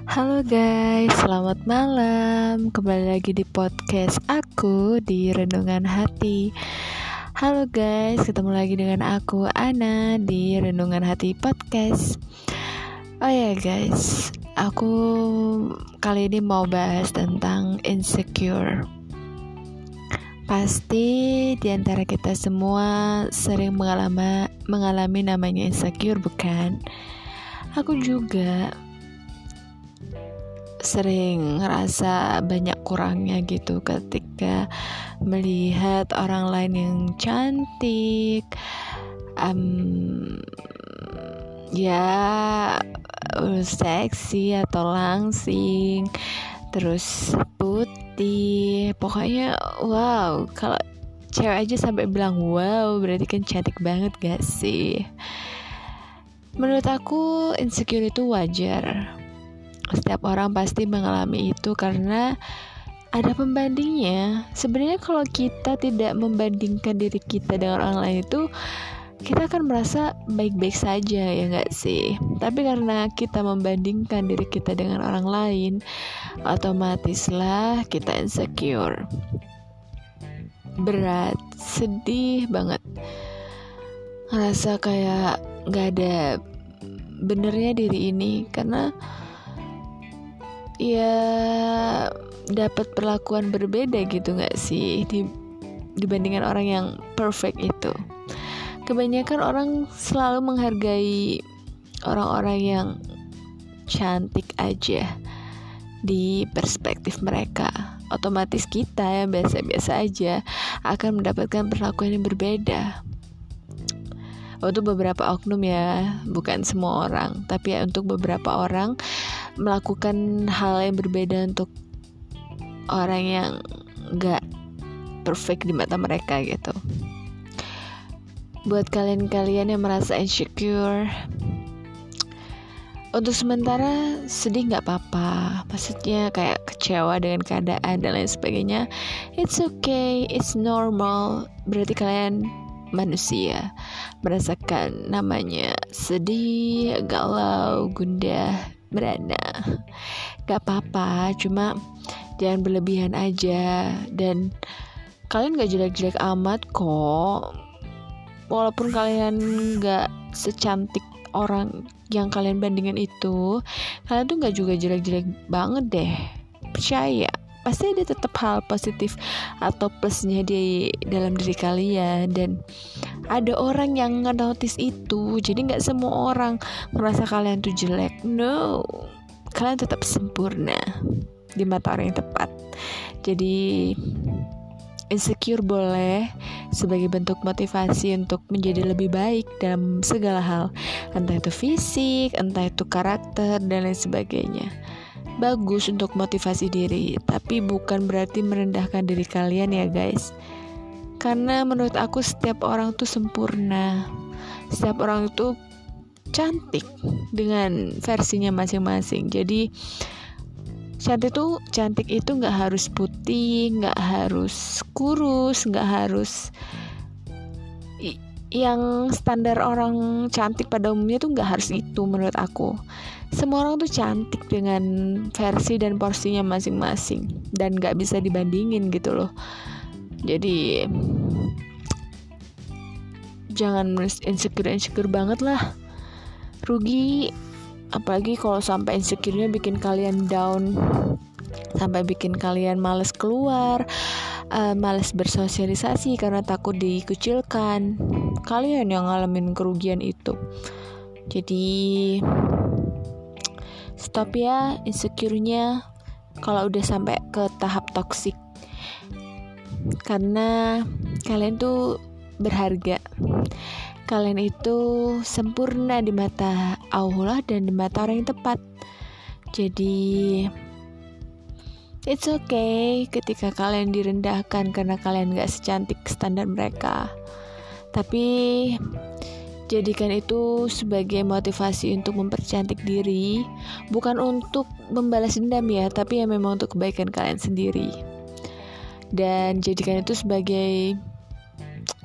Halo guys, selamat malam. Kembali lagi di podcast aku di Renungan Hati. Halo guys, ketemu lagi dengan aku Ana di Renungan Hati Podcast. Oh ya guys, aku kali ini mau bahas tentang insecure. Pasti di antara kita semua sering mengalami namanya insecure, bukan? Aku juga sering ngerasa banyak kurangnya gitu ketika melihat orang lain yang cantik, seksi atau langsing, terus putih, pokoknya wow. Kalau cewek aja sampai bilang wow, berarti kan cantik banget gak sih? Menurut aku insecure itu wajar. Setiap orang pasti mengalami itu karena ada pembandingnya. Sebenarnya kalau kita tidak membandingkan diri kita dengan orang lain itu, kita akan merasa baik-baik saja, ya nggak sih? Tapi karena kita membandingkan diri kita dengan orang lain, otomatislah kita insecure. Berat, sedih banget. Ngerasa kayak nggak ada benernya diri ini karena ya dapat perlakuan berbeda gitu gak sih dibandingkan orang yang perfect itu. Kebanyakan orang selalu menghargai orang-orang yang cantik aja di perspektif mereka. Otomatis kita yang biasa-biasa aja akan mendapatkan perlakuan yang berbeda. Untuk beberapa oknum ya, bukan semua orang, tapi ya untuk beberapa orang melakukan hal yang berbeda untuk orang yang gak perfect di mata mereka gitu. Buat kalian-kalian yang merasa insecure, untuk sementara sedih gak apa-apa. Maksudnya kayak kecewa dengan keadaan dan lain sebagainya, it's okay, it's normal. Berarti kalian manusia, merasakan namanya sedih, galau, gundah, merana. Gak apa-apa, cuma jangan berlebihan aja. Dan kalian gak jelek-jelek amat kok. Walaupun kalian gak secantik orang yang kalian bandingin itu, kalian tuh gak juga jelek-jelek banget deh. Percaya, pasti ada tetap hal positif atau plusnya di dalam diri kalian. Dan ada orang yang nge-notice itu. Jadi gak semua orang merasa kalian tuh jelek. No, kalian tetap sempurna di mata orang yang tepat. Jadi insecure boleh sebagai bentuk motivasi untuk menjadi lebih baik dalam segala hal, entah itu fisik, entah itu karakter, dan lain sebagainya. Bagus untuk motivasi diri, tapi bukan berarti merendahkan diri kalian ya guys. Karena menurut aku setiap orang tuh sempurna. Setiap orang itu cantik dengan versinya masing-masing. Jadi cantik itu gak harus putih, gak harus kurus, gak harus yang standar orang cantik pada umumnya tuh gak harus itu menurut aku. Semua orang tuh cantik dengan versi dan porsinya masing-masing, dan gak bisa dibandingin gitu loh. Jadi jangan insecure banget lah. Rugi. Apalagi kalau sampai insecure-nya bikin kalian down, sampai bikin kalian malas keluar, malas bersosialisasi karena takut dikucilkan. Kalian yang ngalamin kerugian itu. Jadi stop ya insecure-nya kalau udah sampai ke tahap toksik. Karena kalian tuh berharga. Kalian itu sempurna di mata Allah dan di mata orang yang tepat. Jadi it's okay ketika kalian direndahkan karena kalian gak secantik standar mereka. Tapi jadikan itu sebagai motivasi untuk mempercantik diri, bukan untuk membalas dendam ya, tapi ya memang untuk kebaikan kalian sendiri. Dan jadikan itu sebagai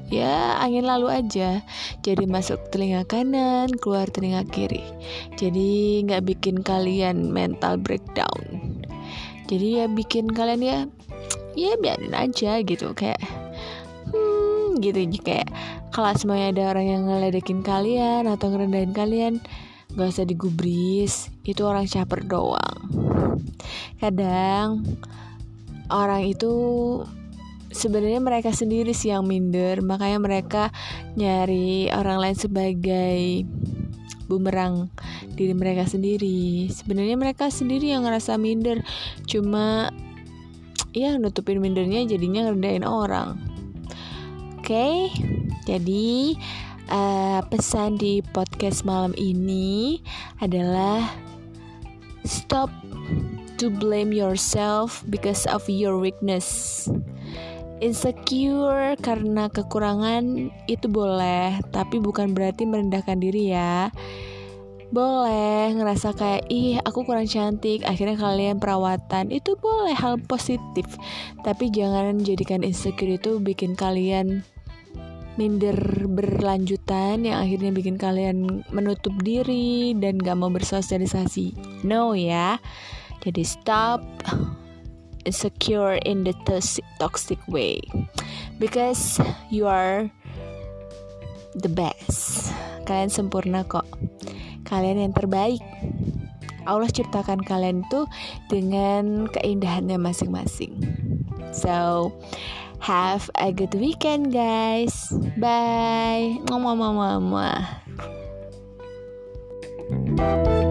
ya angin lalu aja. Jadi masuk telinga kanan, keluar telinga kiri. Jadi gak bikin kalian mental breakdown. Jadi ya bikin kalian ya biarin aja gitu. Kayak gitu, kayak kalau semuanya ada orang yang ngeledekin kalian atau ngerendahin kalian, gak usah digubris. Itu orang caper doang. Kadang orang itu sebenarnya mereka sendiri sih yang minder, makanya mereka nyari orang lain sebagai bumerang diri mereka sendiri. Sebenarnya mereka sendiri yang ngerasa minder, cuma ya nutupin mindernya jadinya ngerendahin orang. Oke, jadi pesan di podcast malam ini adalah stop to blame yourself because of your weakness. Insecure karena kekurangan itu boleh, tapi bukan berarti merendahkan diri ya. Boleh ngerasa kayak aku kurang cantik, akhirnya kalian perawatan, itu boleh, hal positif. Tapi jangan jadikan insecure itu bikin kalian minder berlanjutan, yang akhirnya bikin kalian menutup diri dan gak mau bersosialisasi. No ya. Jadi stop insecure in the toxic way, because you are the best. Kalian sempurna kok. Kalian yang terbaik. Allah ciptakan kalian tuh dengan keindahannya masing-masing. So have a good weekend guys. Bye. Mwah.